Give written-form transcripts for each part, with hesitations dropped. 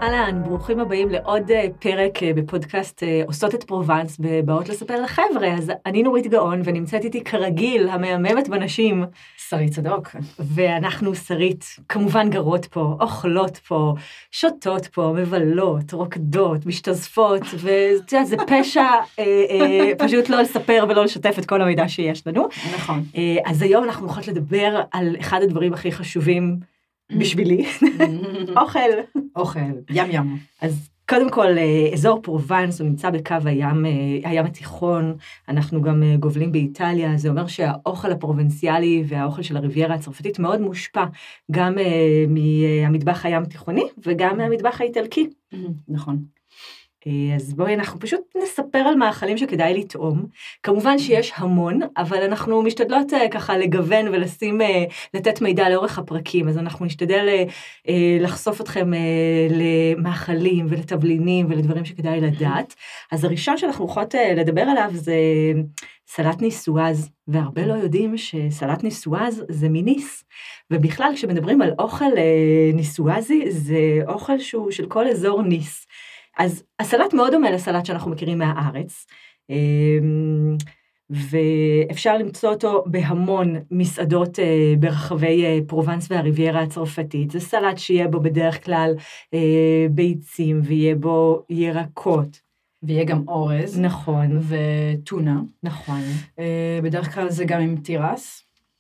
אהלן, ברוכים הבאים לעוד פרק בפודקאסט עושות את פרובנס ובאות לספר לחבר'ה. אז אני נורית גאון ונמצאת איתי כרגיל המהממת בנשים. שרית צדוק. ואנחנו שרית כמובן גרות פה, אוכלות פה, שותות פה, מבלות, רוקדות, משתזפות, וזה פשע פשוט לא לספר ולא לשתף את כל המידע שיש לנו. נכון. אז היום אנחנו יכולות לדבר על אחד הדברים הכי חשובים בשבילי, אוכל, ים ים. אז קודם כל, אזור פרובנס, הוא נמצא בקו הים התיכון, אנחנו גם גובלים באיטליה, זה אומר שהאוכל הפרובנציאלי והאוכל של הריביירה הצרפתית מאוד מושפע, גם מהמטבח הים התיכוני וגם מהמטבח האיטלקי. נכון. אז בואי אנחנו פשוט נספר על מאכלים שכדאי לטעום. כמובן שיש המון, אבל אנחנו משתדלות ככה לגוון ולשים, לתת מידע לאורך הפרקים, אז אנחנו נשתדל לחשוף אתכם למאכלים ולתבלינים ולדברים שכדאי לדעת. אז הראשון שאנחנו יכולות לדבר עליו זה סלט ניסואז, והרבה לא יודעים שסלט ניסואז זה מניס, ובכלל כשמדברים על אוכל ניסואזי, זה אוכל שהוא של כל אזור ניס. אז הסלט מאוד דומה לסלט שאנחנו מכירים מהארץ, ואפשר למצוא אותו בהמון מסעדות ברחבי פרובנס והריביירה הצרפתית. זה סלט שיהיה בו בדרך כלל ביצים, ויהיה בו ירקות. ויהיה גם אורז. נכון. וטונה. נכון. בדרך כלל זה גם עם תירס,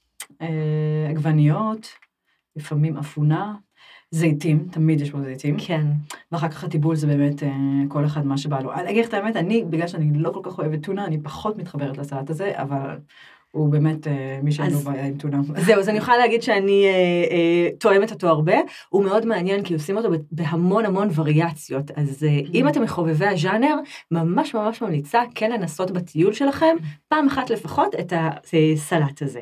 עגבניות, לפעמים אפונה. זיתים, תמיד יש פה זיתים. כן. ואחר כך הטיבול זה באמת כל אחד מה שבא לו. אני אגיד לך את האמת, בגלל שאני לא כל כך אוהבת טונה, אני פחות מתחברת לסלט הזה, אבל הוא באמת מי שאין לו בעיה עם טונה. זהו, אז אני יכולה להגיד שאני תואמת אותו הרבה, הוא מאוד מעניין, כי עושים אותו בהמון המון וריאציות, אז אם אתם מחובבי הז'אנר, ממש ממש ממליצה כן לנסות בטיול שלכם, פעם אחת לפחות את הסלט הזה.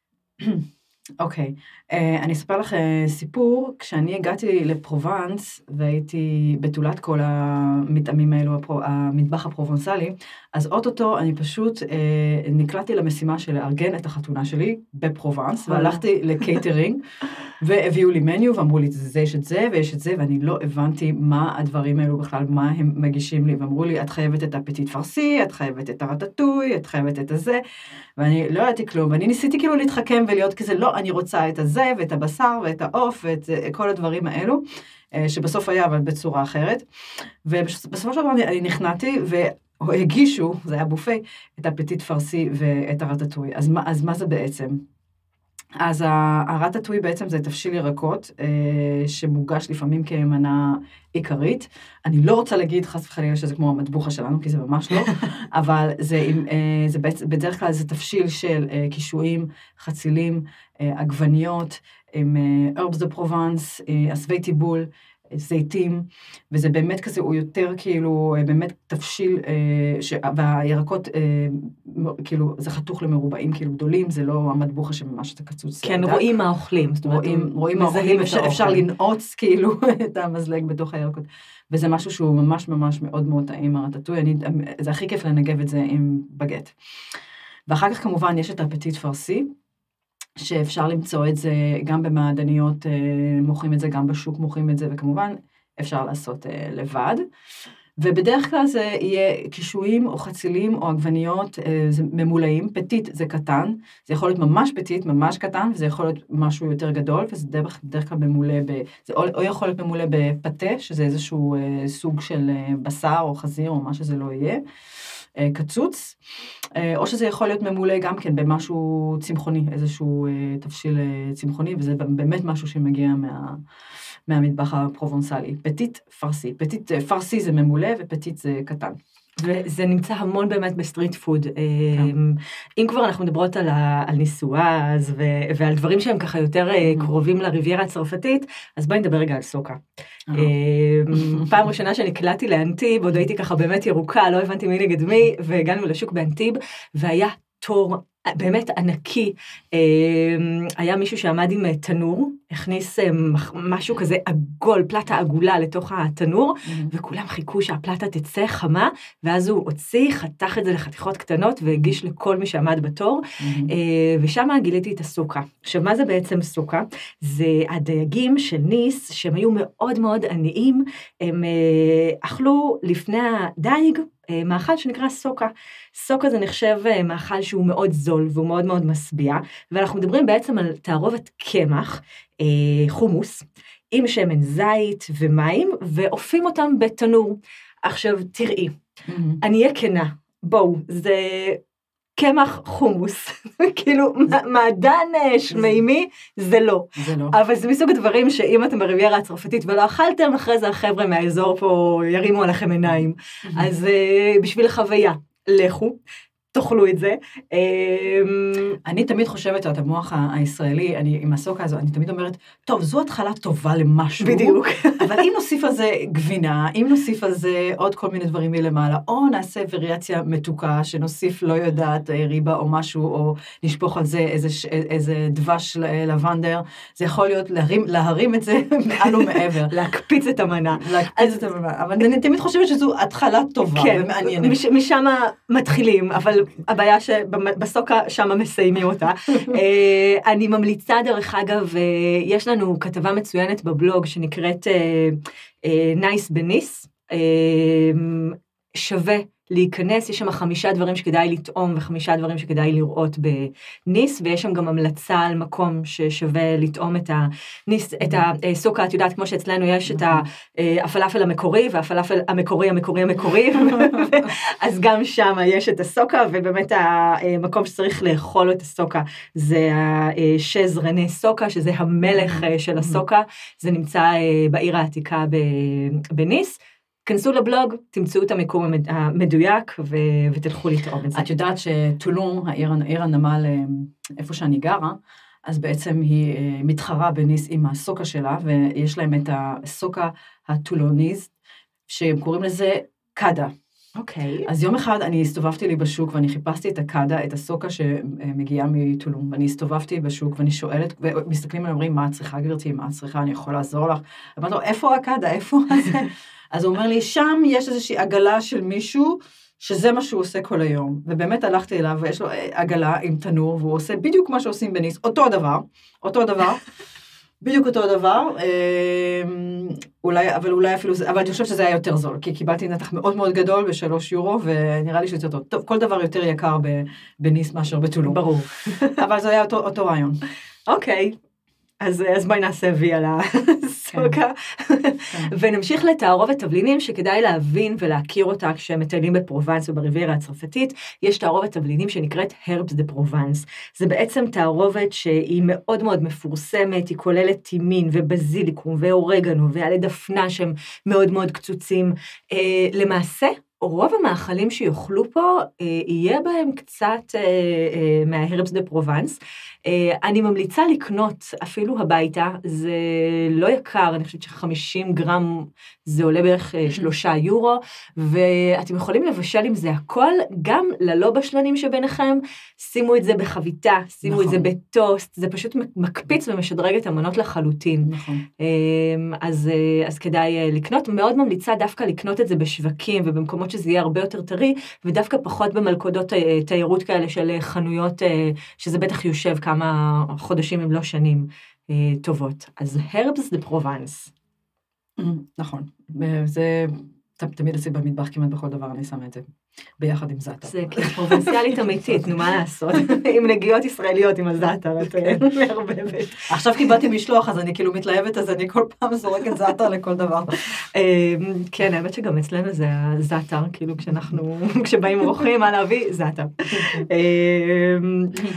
אוקיי, אני אספר לך סיפור, כשאני הגעתי לפרובנס, והייתי בתולת כל המטעמים האלו, המטבח הפרובנסלי, אז אוטוטו אני פשוט נקלעתי למשימה של לארגן את החתונה שלי בפרובנס, והלכתי לקייטרינג, והביאו לי מניו, ואמרו לי, זה יש את זה, ויש את זה, ואני לא הבנתי מה הדברים האלו בכלל, מה הם מגישים לי, ואמרו לי, את חייבת את הפטיט פרסי, את חייבת את הרטטוי, את חייבת את הזה, ואני לא ידעתי כלום, ואני ניסיתי כאילו להתחכם ולהיות כזה, לא, אני רוצה את הזה, ואת הבשר, ואת העוף, ואת כל הדברים האלו, שבסוף היה אבל בצורה אחרת, ובסופו של דבר אני נכנעתי, והגישו, זה היה בופי, את הפטיט פרסי ואת הרטטוי. אז מה זה בעצם? אז הרטטוי בעצם זה תבשיל ירקות, שמוגש לפעמים כמנה עיקרית. אני לא רוצה להגיד חס וחלילה שזה כמו המטבוחה שלנו, כי זה ממש לא, אבל זה בדרך כלל זה תבשיל של קישואים, חצילים, עגבניות, עם herbs de Provence, עשבי טיבול, זיתים, וזה באמת כזה, הוא יותר כאילו, באמת תבשיל, והירקות, כאילו, זה חתוך למרובעים כאילו גדולים, זה לא המטבוחה שממש את הקצוץ. כן, רואים מה אוכלים. רואים מה אוכלים, אפשר לנעוץ כאילו את המזלג בתוך הירקות. וזה משהו שהוא ממש ממש מאוד מאוד טעים, הרטטוי, זה הכי כיף לנגב את זה עם בגט. ואחר כך כמובן יש את הפטיט פרסי, שאפשר למצוא את זה גם במעדניות, מוכרים את זה, גם בשוק מוכרים את זה, וכמובן אפשר לעשות לבד. ובדרך כלל זה יהיה קישואים או חצילים או עגבניות ממולאים, פטיט זה קטן, זה יכול להיות ממש פטיט, ממש קטן, וזה יכול להיות משהו יותר גדול, וזה בדרך כלל ממולא, זה או יכול להיות ממולא בפתה, שזה איזשהו סוג של בשר או חזיר או מה שזה לא יהיה, קצוץ, או שזה יכול להיות ממולא גם כן במשהו צמחוני, איזשהו תבשיל צמחוני, וזה באמת משהו שמגיע מהמטבח הפרובנסלי. פטיט פרסי. פטיט פרסי זה ממולא ופטיט זה קטן. וזה נמצא המון באמת בסטריט פוד. אם כבר אנחנו מדברות על ניסואז ועל דברים שהם ככה יותר קרובים לריביירה הצרפתית, אז בואי נדבר רגע על סוקה. פעם ראשונה שנקלעתי לאנטיב, עוד הייתי ככה באמת ירוקה, לא הבנתי מי נגד מי, והגענו לשוק באנטיב, והיה תור באמת ענקי, היה מישהו שעמד עם תנור, הכניס משהו כזה עגול, פלטה עגולה לתוך התנור, וכולם חיכו שהפלטה תצא חמה, ואז הוא הוציא, חתך את זה לחתיכות קטנות, והגיש לכל מי שעמד בתור, ושם גיליתי את הסוקה. עכשיו, מה זה בעצם סוקה? זה הדייגים של ניס, שהם היו מאוד מאוד עניים, הם אכלו לפני הדייג, מאכל שנקרא סוקה. סוקה זה נחשב מאכל שהוא מאוד זול, והוא מאוד מאוד משביע, ואנחנו מדברים בעצם על תערובת קמח, חומוס, עם שמן זית ומים, ואופים אותם בתנור. עכשיו, תראי, אני אהיה כנה, בואו, זה קמח חומוס, כאילו, מעדן שמימי, זה לא. אבל זה מסוג הדברים שאם אתם בריביירה הצרפתית ולא אכלתם, אחרי זה החבר'ה מהאזור פה ירימו עליכם עיניים. אז בשביל החוויה, לכו. תאכלו את זה. אני תמיד חושבת על המוח הישראלי, עם הסוקה הזו, אני תמיד אומרת, טוב, זו התחלה טובה למשהו. בדיוק. אבל אם נוסיף על זה גבינה, אם נוסיף על זה עוד כל מיני דברים מלמעלה, או נעשה וריאציה מתוקה, שנוסיף לא יודעת ריבה או משהו, או נשפוך על זה איזה דבש לבנדר, זה יכול להיות להרים את זה מעל ומעבר. להקפיץ את המנה. אבל אני תמיד חושבת שזו התחלה טובה ומעניינת. משם מתחילים, אבל הבעיה שבסוקה שם מסיימים אותה. אני ממליצה דרך אגב, יש לנו כתבה מצוינת בבלוג שנקראת נייס בניס, שווה להיכנס, יש שם 5 דברים שכדאי לטעום ו5 דברים שכדאי לראות בניס, ויש שם גם המלצה על מקום ששווה לטעום את הניס, את הסוקה, את יודעת, כמו שאצלנו יש את הפלאפל המקורי, והפלאפל המקורי, אז גם שם יש את הסוקה, ובאמת המקום שצריך לאכול את הסוקה, זה השז רנה סוקה, שזה המלך של הסוקה, זה נמצא בעיר העתיקה בניס, כנסו לבלוג, תמצאו את המיקום המדויק, ותלכו לטעום את זה. את יודעת שטולון, העיר הנמל, איפה שאני גרה, אז בעצם היא מתחרה בניס עם הסוקה שלה, ויש להם את הסוקה הטולוניז, שהם קוראים לזה קאדה. אוקיי. אז יום אחד אני הסתובבתי לי בשוק, ואני חיפשתי את הקאדה, את הסוקה שמגיעה מטולון, ואני הסתובבתי בשוק, ואני שואלת, ומסתכלים עליהם, אומרים, מה את צריכה, גברתי, מה את צריכה, אני יכול לעזור לך? אמרתי לו, איפה הקאדה, איפה זה? אז הוא אומר לי, שם יש איזושהי עגלה של מישהו, שזה מה שהוא עושה כל היום. ובאמת הלכתי אליו, ויש לו עגלה עם תנור, והוא עושה בדיוק מה שעושים בניס, אותו דבר, בדיוק אותו דבר, אולי אפילו, אבל אני חושבת שזה היה יותר זול, כי קיבלתי נתח מאוד מאוד גדול ב3 יורו, ונראה לי שזה יותר טוב. טוב, כל דבר יותר יקר בניס מאשר בטולון. ברור. אבל זה היה אותו רעיון. אוקיי. אז בואי נעשה וי על הסוקה, ונמשיך לתערובת תבלינים שכדאי להבין ולהכיר אותה כשהם מטיילים בפרובנס ובריביירה הצרפתית. יש תערובת תבלינים שנקראת הרבס דה פרובנס. זה בעצם תערובת שהיא מאוד מאוד מפורסמת, היא כוללת טימין ובזיליקום ואורגנו ועלי דפנה שהם מאוד מאוד קצוצים. למעשה, רוב המאכלים שיוכלו פה, יהיה בהם קצת מההרבס דה פרובנס. אני ממליצה לקנות אפילו הביתה, זה לא יקר, אני חושבת ש50 גרם זה עולה בערך 3 יורו, ואתם יכולים לבשל עם זה הכל, גם ללא בשלנים שביניכם, שימו את זה בחביתה, שימו את זה בטוסט, זה פשוט מקפיץ ומשדרג את המנות לחלוטין. נכון. אז כדאי לקנות, מאוד ממליצה דווקא לקנות את זה בשווקים ובמקומות שזה יהיה הרבה יותר טרי, ודווקא פחות במלכודות תיירות כאלה של חנויות, שזה בטח יושב כמה חודשים אם לא שנים טובות. אז הרבס דה פרובנס. נכון. זה תמיד עושה במטבח כמעט בכל דבר, אני שמה את זה ביחד עם זאטר. זה פרובנציאלית אמיתית, נו מה לעשות? עם נגיעות ישראליות עם הזאטר, את מערבבת. עכשיו קיבלתי משלוח, אז אני כאילו מתלהבת, אז אני כל פעם זורקת זאטר לכל דבר. כן, האמת שגם אצלנו זה הזאטר, כאילו כשבאים רוחים, מה להביא? זאטר.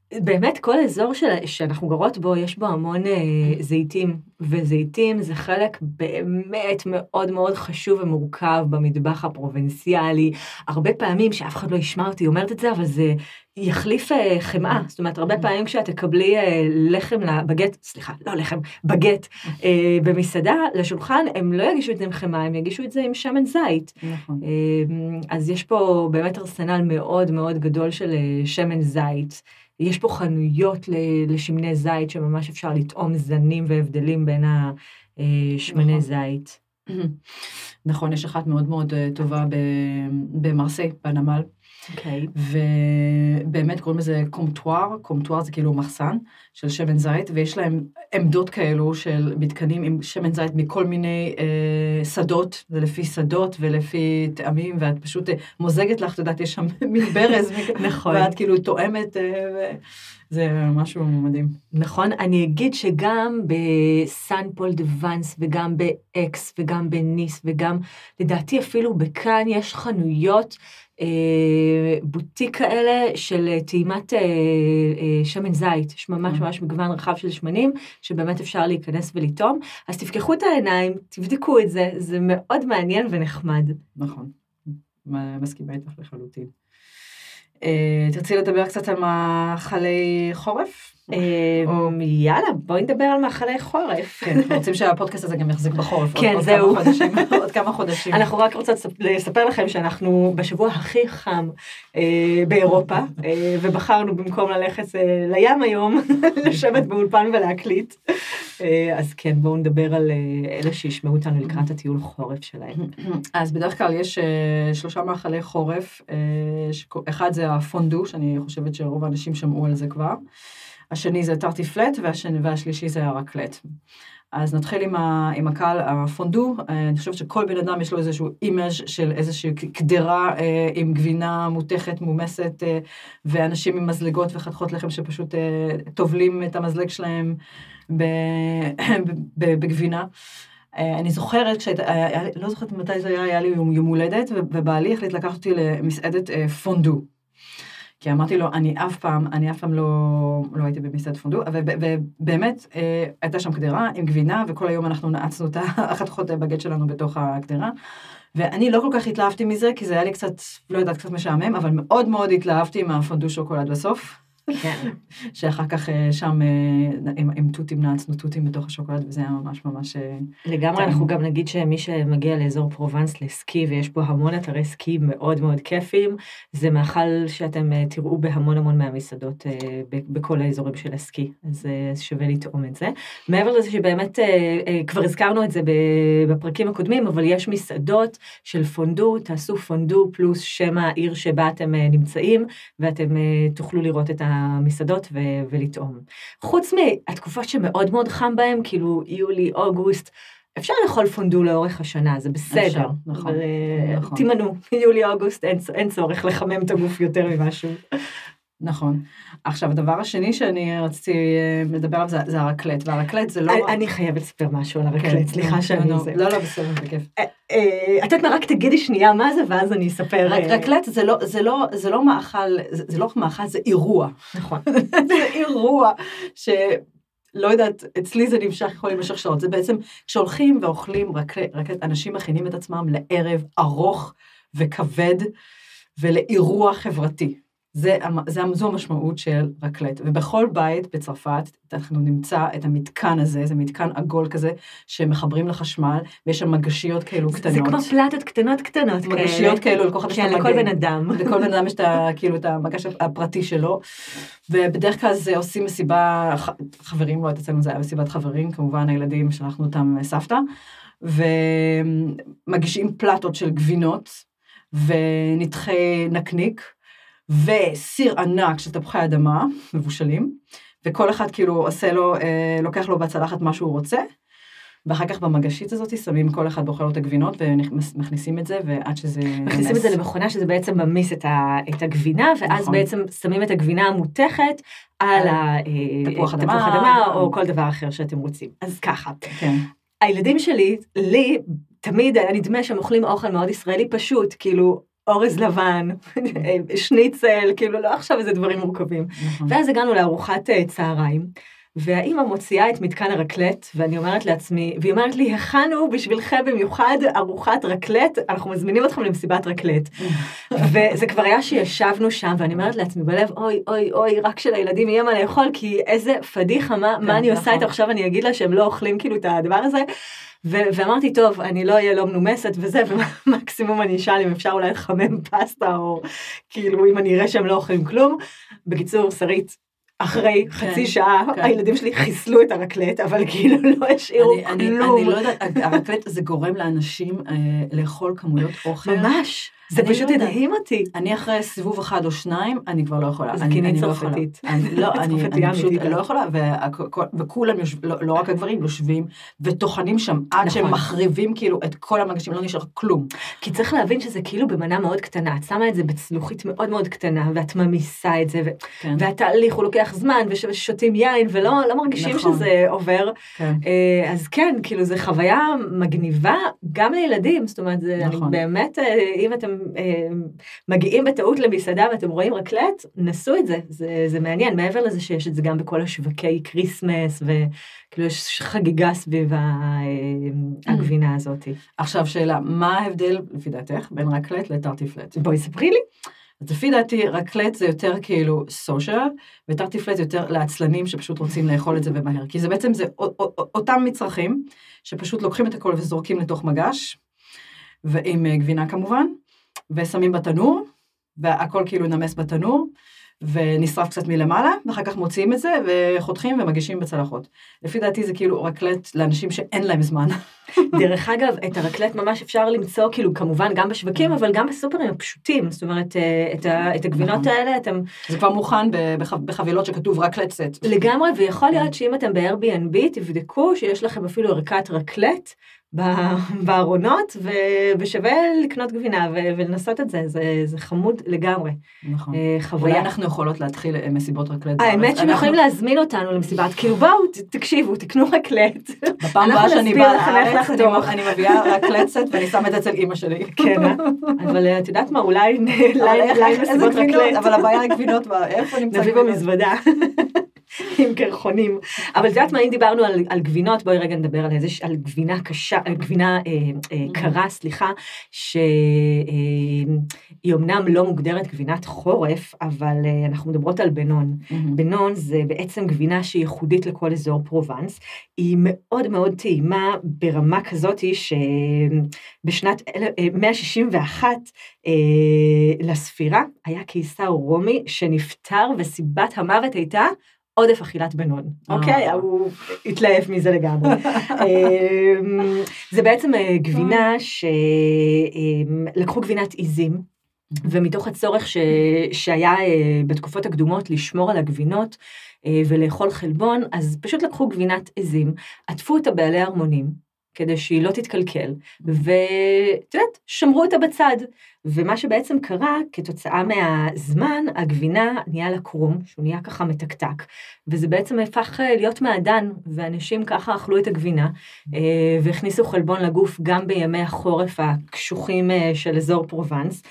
באמת כל אזור שאנחנו גרות בו, יש בו המון זיתים, וזיתים זה חלק באמת מאוד מאוד חשוב ומורכב במטבח הפרובנציאלי. הרבה פעמים, שאף אחד לא ישמע אותי אומרת את זה, אבל זה יחליף חמאה. זאת אומרת, הרבה פעמים כשאת תקבלי לחם לבגט, סליחה, לא לחם, בגט במסעדה, לשולחן, הם לא יגישו את זה עם חמאה, הם יגישו את זה עם שמן זית. נכון. אז יש פה באמת ארסנל מאוד מאוד גדול של שמן זית. יש פה חנויות לשמני זית, שממש אפשר לטעום זנים והבדלים בין השמני זית. נכון, יש אחת מאוד מאוד טובה במרסיי, בנמל. אוקיי. ובאמת קוראים לזה קומטואר זה כאילו מחסן של שמן זית, ויש להם עמדות כאלו של מתקנים עם שמן זית מכל מיני שדות, זה לפי שדות ולפי טעמים, ואת פשוט מוזגת לך, את יודעת, יש שם מין ברז, נכון. ואת כאילו תואמת, זה משהו מדהים. נכון, אני אגיד שגם בסן פול דה ואנס, וגם באקס, וגם בניס, וגם לדעתי אפילו בכאן יש חנויות, בוטיק כאלה של טעימת שמן זית, יש ממש ממש מגוון רחב של שמנים, שבאמת אפשר להיכנס ולטעום, אז תפקחו את העיניים, תבדקו את זה, זה מאוד מעניין ונחמד. נכון, מסכימה איתך לחלוטין. תרצי לדבר קצת על מאכלי חורף? יאללה, בואי נדבר על מאכלי חורף. כן, אנחנו רוצים שהפודקאסט הזה גם יחזיק בחורף. כן, זהו. עוד כמה חודשים. אנחנו רק רוצות לספר לכם שאנחנו בשבוע הכי חם באירופה, ובחרנו במקום ללכת לים היום, לשבת באולפן ולהקליט. אז כן, בואו נדבר על אלה שישמעו אותנו לקראת הטיול חורף שלהם. אז בדרך כלל יש 3 מאכלי חורף, אחד זה הפונדו, שאני חושבת שרוב האנשים שמעו על זה כבר, השני זה טרטיפלט, והשלישי זה הרקלט. אז נתחיל עם הקהל הפונדו, אני חושבת שכל בן אדם יש לו איזשהו אימג' של איזושהי קדרה עם גבינה מותכת, מומסת, ואנשים עם מזלגות וחתכות לחם שפשוט טובלים את המזלג שלהם בגבינה. אני זוכרת, לא זוכרת מתי זה היה לי יום הולדת, ובעלי החליט לקחת אותי למסעדת פונדו. כי אמרתי לו, אני אף פעם לא הייתי במסעד פונדו, ובאמת הייתה שם קדרה עם גבינה, וכל היום אנחנו נעצנו את החתכות בגט שלנו בתוך הקדרה, ואני לא כל כך התלהבתי מזה, כי זה היה לי קצת, לא יודעת, קצת משעמם, אבל מאוד מאוד התלהבתי מהפונדו שוקולד בסוף. כן. שאחר כך שם עם תותים נעצנו תותים בתוך השוקולד, וזה היה ממש ממש... לגמרי, אנחנו גם נגיד שמי שמגיע לאזור פרובנס לסקי, ויש פה המון אתרי סקי מאוד מאוד כיפים, זה מאכל שאתם תראו בהמון המון מהמסעדות בכל האזורים של הסקי, אז שווה לטעום את זה. מעבר לזה שבאמת, כבר הזכרנו את זה בפרקים הקודמים, אבל יש מסעדות של פונדו, תעשו פונדו פלוס שם העיר שבה אתם נמצאים, ואתם תוכלו לראות את המסעדות ולטעום. חוץ מהתקופות שמאוד מאוד חם בהם, כאילו יולי, אוגוסט, אפשר לאכול פונדו לאורך השנה, זה בסדר. אפשר, נכון. תימנו, יולי, אוגוסט, אין צורך לחמם את הגוף יותר ממשהו. נכון. עכשיו, הדבר השני שאני רציתי לדבר עליו זה הרקלט, והרקלט זה לא... אני חייבת לספר משהו על הרקלט, סליחה שאני זה. לא, בסדר, זה כיף. את רק תגידי שנייה מה זה, ואז אני אספר. רקלט זה לא מאכל, זה אירוע. נכון. זה אירוע שלא יודעת, אצלי זה נמשך, יכול להימשך שעות. זה בעצם, כשהולכים ואוכלים רקלט, אנשים מכינים את עצמם לערב ארוך וכבד, ולאירוע חברתי. זו המשמעות של רקלט, ובכל בית בצרפת אנחנו נמצא את המתקן הזה, זה מתקן עגול כזה, שמחברים לחשמל, ויש שם מגשיות כאלו קטנות. זה כמו פלטות קטנות כאלה. מגשיות כאלו, לכל בן אדם. לכל בן אדם יש כאילו את המגש הפרטי שלו, ובדרך כלל זה עושים מסיבה, חברים, לא אצלנו זה היה מסיבת חברים, כמובן הילדים שלחנו אותם סבתא, ומגישים פלטות של גבינות, ונתחי נקניק, וסיר ענק של תפוחי אדמה, מבושלים, וכל אחד כאילו עושה לו, לוקח לו בצלחת מה שהוא רוצה, ואחר כך במגשית הזאת שמים כל אחד בוחר לו את הגבינות, ומכניסים את זה, ועד שזה... מכניסים את זה למכונה, שזה בעצם ממיס את הגבינה, ואז בעצם שמים את הגבינה המותכת על תפוח אדמה, או כל דבר אחר שאתם רוצים. אז ככה. כן. הילדים שלי, לי, תמיד היה נדמה שהם אוכלים אוכל מאוד ישראלי פשוט, כאילו, אורז לבן, שניצל, כאילו לא עכשיו איזה דברים מורכבים. ואז הגענו לארוחת צהריים, והאימא מוציאה את מתקן הרקלט, ואני אומרת לעצמי, והיא אומרת לי, הכנו בשבילכם במיוחד ארוחת רקלט, אנחנו מזמינים אתכם למסיבת רקלט. וזה כבר היה שישבנו שם, ואני אומרת לעצמי בלב, אוי, אוי, אוי, רק שלילדים יהיה מה לאכול, כי איזה פדיחה, מה אני עושה איתה עכשיו, אני אגיד לה שהם לא אוכלים כאילו את הדבר הזה. ואמרתי, טוב, אני לא אהיה לא מנומסת וזה, ומקסימום אני אשאל אם אפשר אולי לחמם פסטה, או כאילו אם אני אראה שהם לא אוכלים כלום. בקיצור, שרית, אחרי חצי שעה, הילדים שלי חיסלו את הרקלט, אבל כאילו לא השאירו כלום. אני לא יודעת, הרקלט זה גורם לאנשים לאכול כמויות אוכל. ממש. זה פשוט הדהים אותי. אני אחרי סיבוב אחד או שניים, אני כבר לא יכולה. אז קיני צרפתית. אני פשוט לא יכולה, וכולם, לא רק הגברים, יושבים וטוחנים שם, עד שהם מחריבים כאילו את כל המגשים, לא נשאר כלום. כי צריך להבין שזה כאילו במנה מאוד קטנה, את שמה את זה בצלוחית מאוד מאוד קטנה, ואת ממיסה את זה, והתהליך הוא לוקח זמן, ושותים יין, ולא מרגישים שזה עובר. אז כן, כאילו זה חוויה מגניבה גם לילדים, זאת אומרת, אני באמת, אם אתם מגיעים בטעות למסעדה ואתם רואים רקלט, נסו את זה, זה מעניין, מעבר לזה שיש את זה גם בכל השווקי קריסמס, וכאילו יש חגיגה סביב הגבינה הזאת. עכשיו שאלה, מה ההבדל לפי דעתך בין רקלט לטרטיפלט? בואי ספרי לי. אז לפי דעתי, רקלט זה יותר כאילו סושיאל, וטרטיפלט זה יותר לעצלנים שפשוט רוצים לאכול את זה במהר, כי זה בעצם אותם מצרכים, שפשוט לוקחים את הכל וזורקים לתוך מגש, ועם גבינה כמובן, ושמים בתנור, והכל כאילו נמס בתנור, ונשרף קצת מלמעלה, ואחר כך מוציאים את זה, וחותכים ומגישים בצלחות. לפי דעתי זה כאילו רקלט לאנשים שאין להם זמן. דרך אגב, את הרקלט ממש אפשר למצוא, כאילו כמובן גם בשווקים, אבל גם בסופרים הפשוטים, זאת אומרת, את הגבינות האלה, אתם... זה כבר מוכן בחבילות שכתוב רקלט סט. לגמרי, ויכול להיות שאם אתם ב-Airbnb, תבדקו שיש לכם אפילו ערכת רקלט, בארונות, ושווה לקנות גבינה ולנסות את זה, זה חמוד לגמרי. נכון. אולי אנחנו יכולות להתחיל מסיבות רקלט. האמת שהם יכולים להזמין אותנו למסיבת, כאילו בואו, תקשיבו, תקנו רקלט. בפעם הבאה שאני באה לארץ, אני מביאה רקלט סט ואני שמה את זה אצל אמא שלי. כן, אבל את יודעת מה, אולי מסיבות רקלט. אבל הבעיה היא גבינות, איפה נמצא גבינות? נביא במזוודה. עם קרחונים. אבל את יודעת מה, אם דיברנו על גבינות, בואי רגע נדבר על גבינה קשה, גבינה קרה, סליחה, שהיא אומנם לא מוגדרת גבינת חורף, אבל אנחנו מדברות על בנון. בנון זה בעצם גבינה שהיא ייחודית לכל אזור פרובנס, היא מאוד מאוד טעימה ברמה כזאת שבשנת 161 לספירה היה קיסר רומי שנפטר וסיבת המוות הייתה עודף אכילת בנון, אוקיי? הוא התלהב מזה לגמרי. זה בעצם גבינה שלקחו גבינת עיזים, ומתוך הצורך שהיה בתקופות הקדומות לשמור על הגבינות ולאכול חלבון, אז פשוט לקחו גבינת עיזים, עטפו אותה בעלי ארמונים, כדי שהיא לא תתקלקל, ואת יודעת, שמרו אותה בצד. ומה שבעצם קרה, כתוצאה מהזמן, הגבינה נהיה לה קרום, שהוא נהיה ככה מתקתק, וזה בעצם הפך להיות מעדן, ואנשים ככה אכלו את הגבינה, והכניסו חלבון לגוף גם בימי החורף הקשוחים של אזור פרובנס,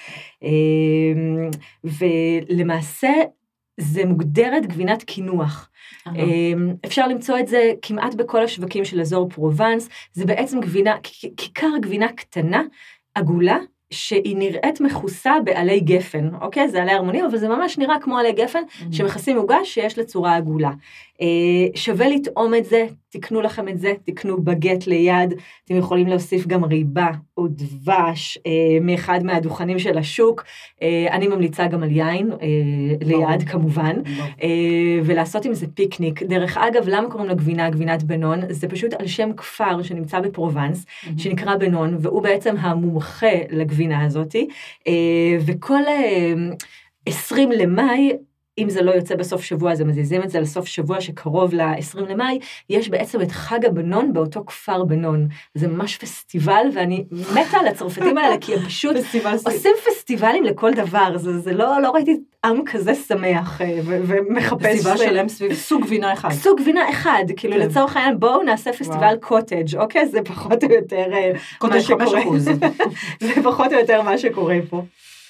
ולמעשה זה מוגדרת גבינת קינוח. אפשר למצוא את זה כמעט בכל השווקים של אזור פרובנס, זה בעצם גבינה, כיכר גבינה קטנה, עגולה, שהיא נראית מכוסה בעלי גפן, אוקיי? זה עלי הרמונים, אבל זה ממש נראה כמו עלי גפן, שמכסים עוגש שיש לצורה עגולה. שווה לטעום את זה, תקנו לכם את זה, תקנו בגט ליד, אתם יכולים להוסיף גם ריבה או דבש מאחד מהדוכנים של השוק, אני ממליצה גם על יין ליד כמובן, ולעשות עם זה פיקניק. דרך אגב, למה קוראים לגבינה גבינת בנון? זה פשוט על שם כפר שנמצא בפרובנס, שנקרא בנון, והוא בעצם המומחה לגבינה הזאת, וכל 20 למאי, אם זה לא יוצא בסוף שבוע, אז הם מזיזים את זה לסוף שבוע שקרוב ל-20 למאי, יש בעצם את חג הבנון באותו כפר בנון. זה ממש פסטיבל, ואני מתה על הצרפתים האלה, כי הם פשוט עושים פסטיבלים לכל דבר. זה לא ראיתי עם כזה שמח ומחפש. פסטיבל שלם סביב סוג גבינה אחד. סוג גבינה אחד, כאילו לצורך העניין, בואו נעשה פסטיבל קוטג', אוקיי? זה פחות או יותר מה שקורה. קוטג' 5%. זה פחות או יותר מה שקורה פה.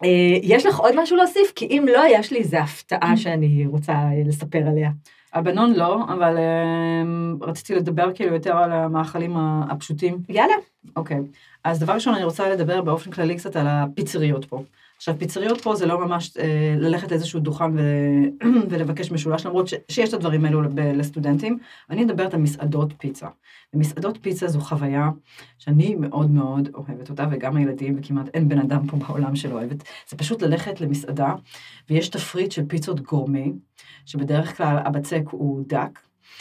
יש לך עוד משהו להוסיף? כי אם לא, יש לי איזו הפתעה שאני רוצה לספר עליה. הבנון לא, אבל רציתי לדבר כאילו יותר על המאכלים הפשוטים. יאללה. אוקיי. אז דבר ראשון, אני רוצה לדבר באופן כללי קצת על הפיצריות פה. עכשיו, פיצריות פה זה לא ממש ללכת לאיזשהו דוכן ולבקש משולש, למרות שיש את הדברים האלו לסטודנטים. אני מדברת על מסעדות פיצה. ומסעדות פיצה זו חוויה שאני מאוד מאוד אוהבת אותה, וגם הילדים, וכמעט אין בן אדם פה בעולם שלא אוהבת. זה פשוט ללכת למסעדה, ויש תפריט של פיצות גורמי, שבדרך כלל הבצק הוא דק,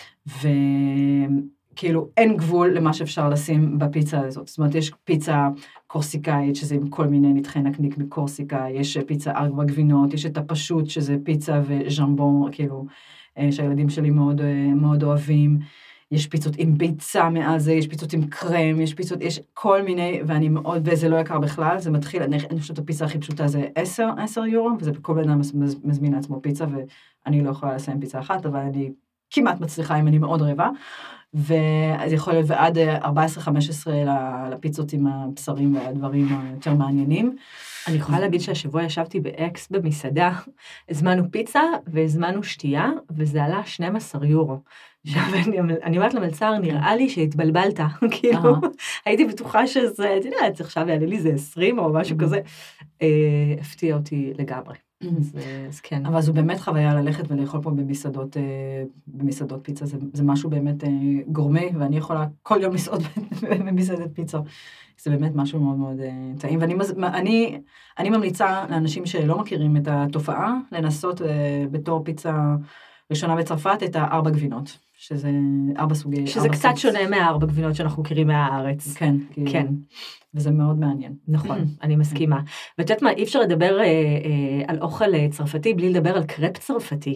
וכאילו אין גבול למה שאפשר לשים בפיצה הזאת. זאת אומרת, יש פיצה קורסיקאית, שזה עם כל מיני נתחי נקניק מקורסיקה, יש פיצה ארבע גבינות, יש את הפשוט, שזה פיצה וז'מבון, כאילו, שהילדים שלי מאוד, מאוד אוהבים. יש פיצות עם ביצה מעל זה, יש פיצות עם קרם, יש פיצות, יש כל מיני, ואני מאוד, וזה לא יקר בכלל, זה מתחיל, אני חושבת הפיצה הכי פשוטה זה 10 יורו, וזה כל בן אדם מזמין לעצמו פיצה, ואני לא יכולה לסיים פיצה אחת, אבל אני כמעט מצליחה אם אני מאוד רעבה, ואז יכול להיות ועד 14-15 לפיצות עם הבשרים והדברים היותר מעניינים. אני יכולה להגיד שהשבוע ישבתי באקס במסעדה, הזמנו פיצה והזמנו שתייה, וזה עלה 12 יורו. עכשיו אני אומרת למלצר, נראה לי שהתבלבלת, כאילו, הייתי בטוחה שזה, אתה יודע, עכשיו יעלה לי זה 20 או משהו כזה, הפתיע אותי לגמרי. אז כן. אבל זו באמת חוויה ללכת ולאכול פה במסעדות פיצה, זה משהו באמת גורמי, ואני יכולה כל יום לסעוד במסעדת פיצה. זה באמת משהו מאוד מאוד טעים, ואני ממליצה לאנשים שלא מכירים את התופעה, לנסות בתור פיצה ראשונה בצרפת את 4 גבינות, שזה 4 סוגי... שזה קצת שונה מה4 גבינות שאנחנו מכירים מהארץ. כן, כן. וזה מאוד מעניין. נכון, אני מסכימה. ואת יודעת מה, אי אפשר לדבר על אוכל צרפתי בלי לדבר על קרפ צרפתי.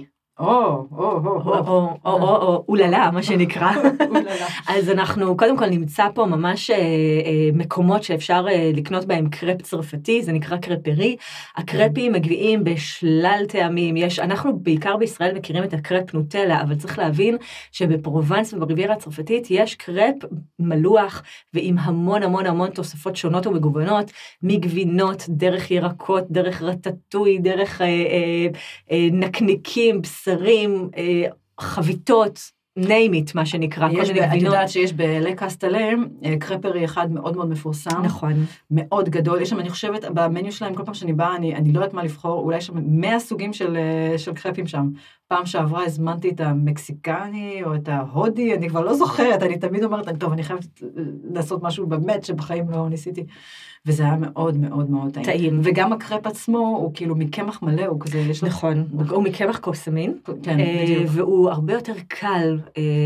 או אוללה, מה שנקרא. אז אנחנו קודם כל נמצא פה ממש מקומות שאפשר לקנות בהם קרפ צרפתי, זה נקרא קרפרי. הקרפים מגיעים בשלל טעמים, אנחנו בעיקר בישראל מכירים את הקרפ נוטלה, אבל צריך להבין שבפרובנס ובריביירה הצרפתית יש קרפ מלוח, ועם המון המון המון תוספות שונות ומגוונות, מגבינות, דרך ירקות, דרך רטטוי, דרך נקניקים, בשרים, חביתות, name it, מה שנקרא. את יודעת שיש בלקסטלם, קרפרי אחד מאוד מאוד מפורסם. נכון. מאוד גדול. יש שם, אני חושבת, במניו שלהם, כל פעם שאני באה, אני לא יודעת מה לבחור, אולי יש שם 100 סוגים של קרפים שם. פעם שעברה הזמנתי את המקסיקני, או את ההודי, אני כבר לא זוכרת, אני תמיד אומרת, טוב, אני חייבת לעשות משהו באמת, שבחיים לא ניסיתי. וזה היה מאוד מאוד מאוד טעים. וגם הקרפ עצמו, הוא כאילו מקמח מלא, הוא כזה, יש לו... נכון, הוא מקמח קוסמין, כן, בדיוק. והוא הרבה יותר קל,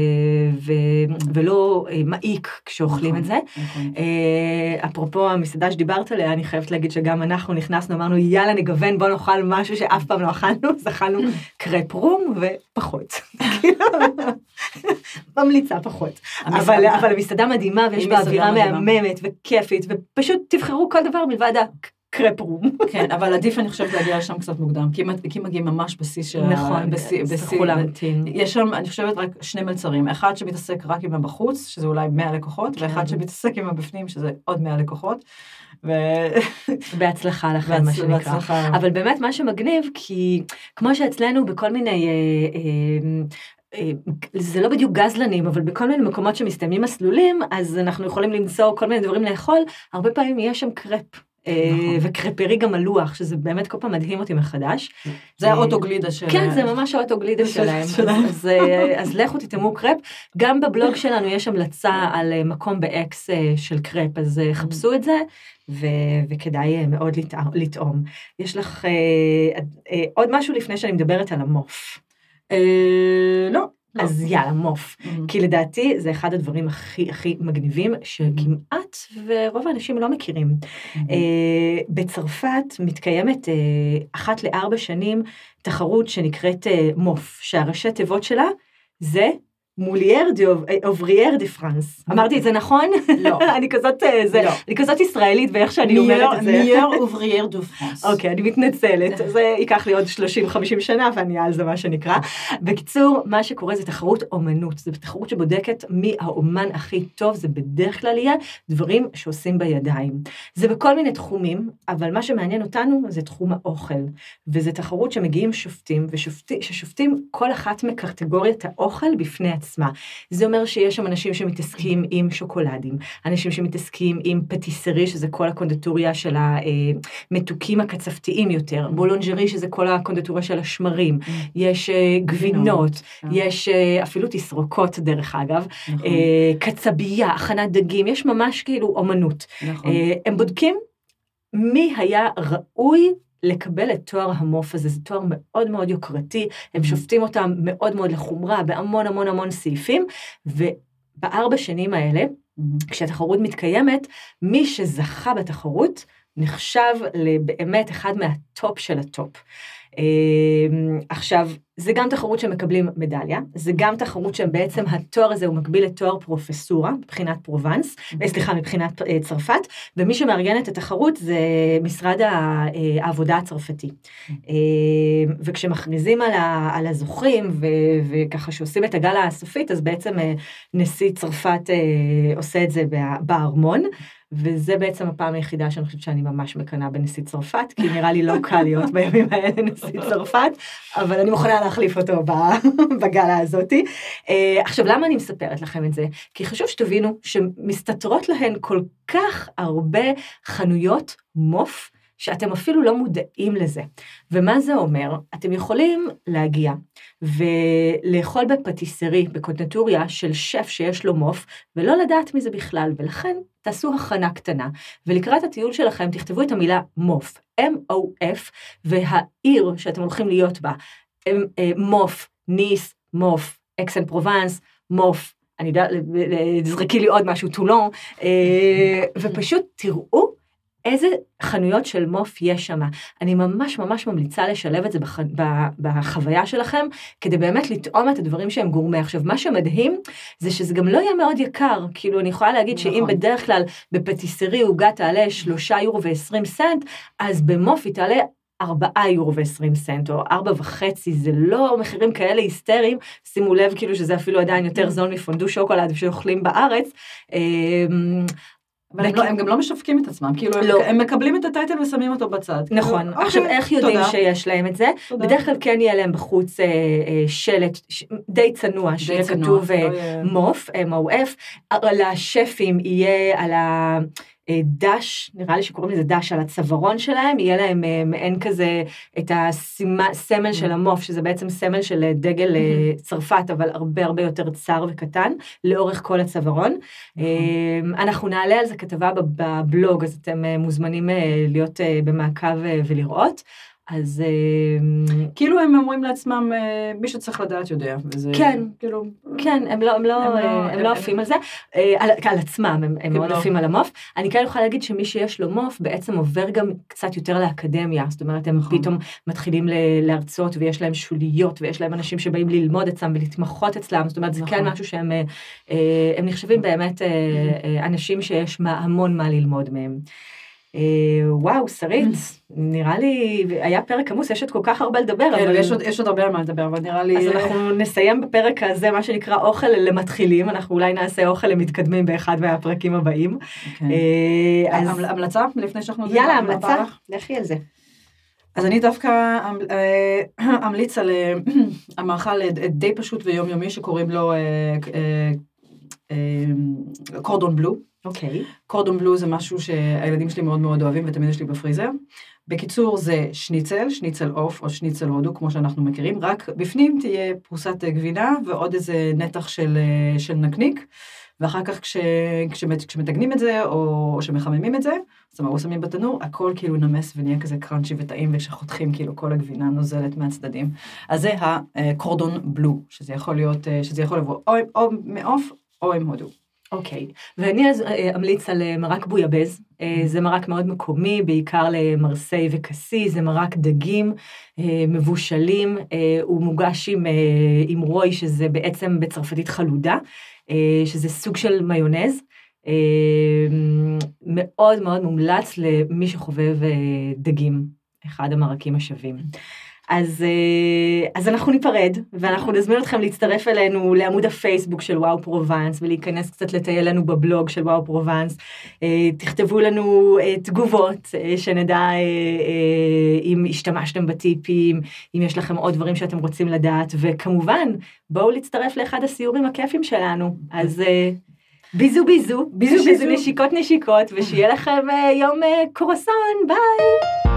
ולא מעיק כשאוכלים את זה. אפרופו המסעדה שדיברת עליה, אני חייבת להגיד שגם אנחנו נכנסנו, אמרנו, יאללה נגוון, בוא נאכל משהו שאף פעם לא אכלנו, אז אכלנו קרפ רום ופחות. ממליצה פחות. אבל המסעדה מדהימה, ויש בה אווירה מהממת וכיפית, ופשוט תבחרו כל דבר מלבד הקרפ רום. כן, אבל עדיף אני חושבת להגיע לשם קצת מוקדם, כי מגיעים ממש בשיא של... נכון, צריכו להמתין. יש שם, אני חושבת, רק 2 מלצרים, אחד שמתעסק רק עם הבחוץ, שזה אולי 100 לקוחות, ואחד שמתעסק עם הבפנים, שזה עוד 100 לקוחות. בהצלחה לכם, מה שנקרא. אבל באמת מה שמגניב, כי כמו שאצלנו בכל מיני... זה לא בדיוק גזלנים, אבל בכל מיני מקומות שמסתיימים מסלולים, אז אנחנו יכולים למצוא כל מיני דברים לאכול, הרבה פעמים יש שם קרפ, וקרפרי גם מלוח, שזה באמת כל פעם מדהים אותי מחדש. זה האוטוגלידה שלהם. כן, זה ממש האוטוגלידה שלהם. אז לכו תתאמו קרפ. גם בבלוג שלנו יש המלצה על מקום באקס של קרפ, אז חפשו את זה, וכדאי מאוד לטעום. יש לך עוד משהו לפני שאני מדברת על המוף. לא. אז יאללה, מוף. כי לדעתי זה אחד הדברים הכי מגניבים, שכמעט ורוב האנשים לא מכירים. בצרפת מתקיימת 1 ל4 שנים תחרות שנקראת מוף, שהראשי תיבות שלה זה מולייר אוברייר דה פרנס. אמרתי את זה נכון? לא. אני כזאת ישראלית, ואיך שאני אומרת את זה. מולייר אוברייר דה פרנס. אוקיי, אני מתנצלת. זה ייקח לי עוד 30-50 שנה, ואני על זה מה שנקרא. בקיצור, מה שקורה זה תחרות אומנות. זה תחרות שבודקת מי האומן הכי טוב, זה בדרך כלל יהיה דברים שעושים בידיים. זה בכל מיני תחומים, אבל מה שמעניין אותנו זה תחום האוכל. וזה תחרות שמגיעים שופטים, ששופטים כל אחת מקטגוריית האוכל בפני עצמה. זה אומר שיש שם אנשים שמתעסקים עם שוקולדים, אנשים שמתעסקים עם פטיסרי, שזה כל הקונדטוריה של המתוקים הקצפתיים יותר, בולונג'רי, שזה כל הקונדטוריה של השמרים, יש גבינות, יש אפילו תסרוקות דרך אגב, קצבייה, הכנת דגים, יש ממש כאילו אומנות. הם בודקים מי היה ראוי לקבל את תואר המוף הזה, זה תואר מאוד מאוד יוקרתי, הם שופטים אותם מאוד מאוד לחומרה, בהמון המון המון סעיפים, וב4 שנים האלה, כשהתחרות מתקיימת, מי שזכה בתחרות, נחשב באמת אחד מהטופ של הטופ. עכשיו, זה גם תחרות שמקבלים מדליה, זה גם תחרות שבעצם התואר הזה הוא מקביל לתואר פרופסורה, מבחינת פרובנס, מבחינת צרפת, ומי שמארגן את התחרות זה משרד העבודה הצרפתי. וכשמכריזים על הזוכים, וככה שעושים את הגלה הסופית, אז בעצם נשיא צרפת עושה את זה בארמון, וזה בעצם הפעם היחידה שאני חושבת שאני ממש מקנה בנשיא צרפת, כי נראה לי לא קל להיות בימים האלה נשיא צרפת, אבל אני מוכנה להחליף אותו בגלה הזאת. עכשיו, למה אני מספרת לכם את זה? כי חשוב שתבינו שמסתתרות להן כל כך הרבה חנויות מוף, שאתם אפילו לא מודעים לזה. ומה זה אומר? אתם יכולים להגיע ולאכול בפטיסרי, בקונדטוריה של שף שיש לו מוף, ולא לדעת מזה בכלל, ולכן תעשו הכנה קטנה, ולקראת הטיול שלכם תכתבו את המילה מוף, M-O-F, והעיר שאתם הולכים להיות בה, מוף, ניס, מוף, אקסן פרובנס, מוף, אני יודעת, זרקי לי עוד משהו, טולון, ופשוט תראו, איזה חנויות של מוף יש שם. אני ממש ממש ממליצה לשלב את זה בחוויה שלכם, כדי באמת לטעום את הדברים שהם גורמה. עכשיו, מה שמדהים, זה שזה גם לא יהיה מאוד יקר. כאילו, אני יכולה להגיד שאם בדרך כלל בפטיסרי עוגה תעלה 3.20 יורו, אז במוף היא תעלה 4.20 יורו, או 4.5, זה לא מחירים כאלה היסטריים, שימו לב כאילו שזה אפילו עדיין יותר זול מפונדו שוקולד שאוכלים בארץ, אבל הם גם לא משווקים את עצמם, כאילו הם מקבלים את הטייטל ושמים אותו בצד. נכון, עכשיו איך יודעים שיש להם את זה? בדרך כלל כן יהיה להם בחוץ שלט די צנוע, שיהיה כתוב מוף, M-O-F, לשפים יהיה על דש, נראה לי שקוראים לזה דש על הצווארון שלהם, יהיה להם מעין כזה את הסמל של המוף, שזה בעצם סמל של דגל צרפת, אבל הרבה הרבה יותר צר וקטן, לאורך כל הצווארון. אנחנו נעלה על זה כתבה בבלוג, אז אתם מוזמנים להיות במעקב ולראות. אז כאילו הם אומרים לעצמם, מי שצריך לדעת יודע. כן, כן, הם לא עפים על זה, על עצמם, הם מאוד עפים על המוף. אני כן יכולה להגיד שמי שיש לו מוף, בעצם עובר גם קצת יותר לאקדמיה, זאת אומרת, הם פתאום מתחילים להרצות, ויש להם שוליות, ויש להם אנשים שבאים ללמוד אצלם, ולהתמחות אצלם, זאת אומרת, זה כן משהו שהם נחשבים באמת אנשים שיש המון מה ללמוד מהם. וואו, שרית, נראה לי, היה פרק עמוס, יש עוד כל כך הרבה לדבר. אבל יש עוד הרבה מה לדבר, אבל נראה לי... אז אנחנו נסיים בפרק הזה, מה שנקרא אוכל למתחילים, אנחנו אולי נעשה אוכל למתקדמים באחד מהפרקים הבאים. המלצה, לפני שאנחנו... יאללה, המלצה, לכי על זה. אז אני דווקא אמליץ על המאכל די פשוט ויומיומי, שקוראים לו קורדון בלו. אוקיי. קורדון בלו זה משהו שהילדים שלי מאוד מאוד אוהבים, ותמיד יש לי בפריזר. בקיצור, זה שניצל עוף או שניצל הודו, כמו שאנחנו מכירים, רק בפנים תהיה פרוסת גבינה, ועוד איזה נתח של נקניק, ואחר כך כשמתגנים את זה, או שמחממים את זה, זאת אומרת, שמים בתנור, הכל כאילו נמס ונהיה כזה קראנצ'י וטעים, וכשחותכים כאילו כל הגבינה נוזלת מהצדדים. אז זה הקורדון בלו, שזה יכול לבוא או מעוף, או עם הודו. אוקיי, ואני אז אמליץ על מרק בויאבז, זה מרק מאוד מקומי, בעיקר למרסיי וקסי, זה מרק דגים מבושלים, הוא מוגש עם רוי, שזה בעצם בצרפתית חלודה, שזה סוג של מיונז, מאוד מאוד מומלץ למי שחובב דגים, אחד המרקים השווים. אז אנחנו ניפרד, ואנחנו נזמין אתכם להצטרף אלינו לעמוד הפייסבוק של וואו פרובנס, ולהיכנס קצת לטייל לנו בבלוג של וואו פרובנס, תכתבו לנו תגובות, שנדע אם השתמשתם בטיפים, אם יש לכם עוד דברים שאתם רוצים לדעת, וכמובן, בואו להצטרף לאחד הסיורים הכיפים שלנו, אז ביזו ביזו, ביזו ביזו, נשיקות נשיקות, ושיהיה לכם יום קורסון, ביי!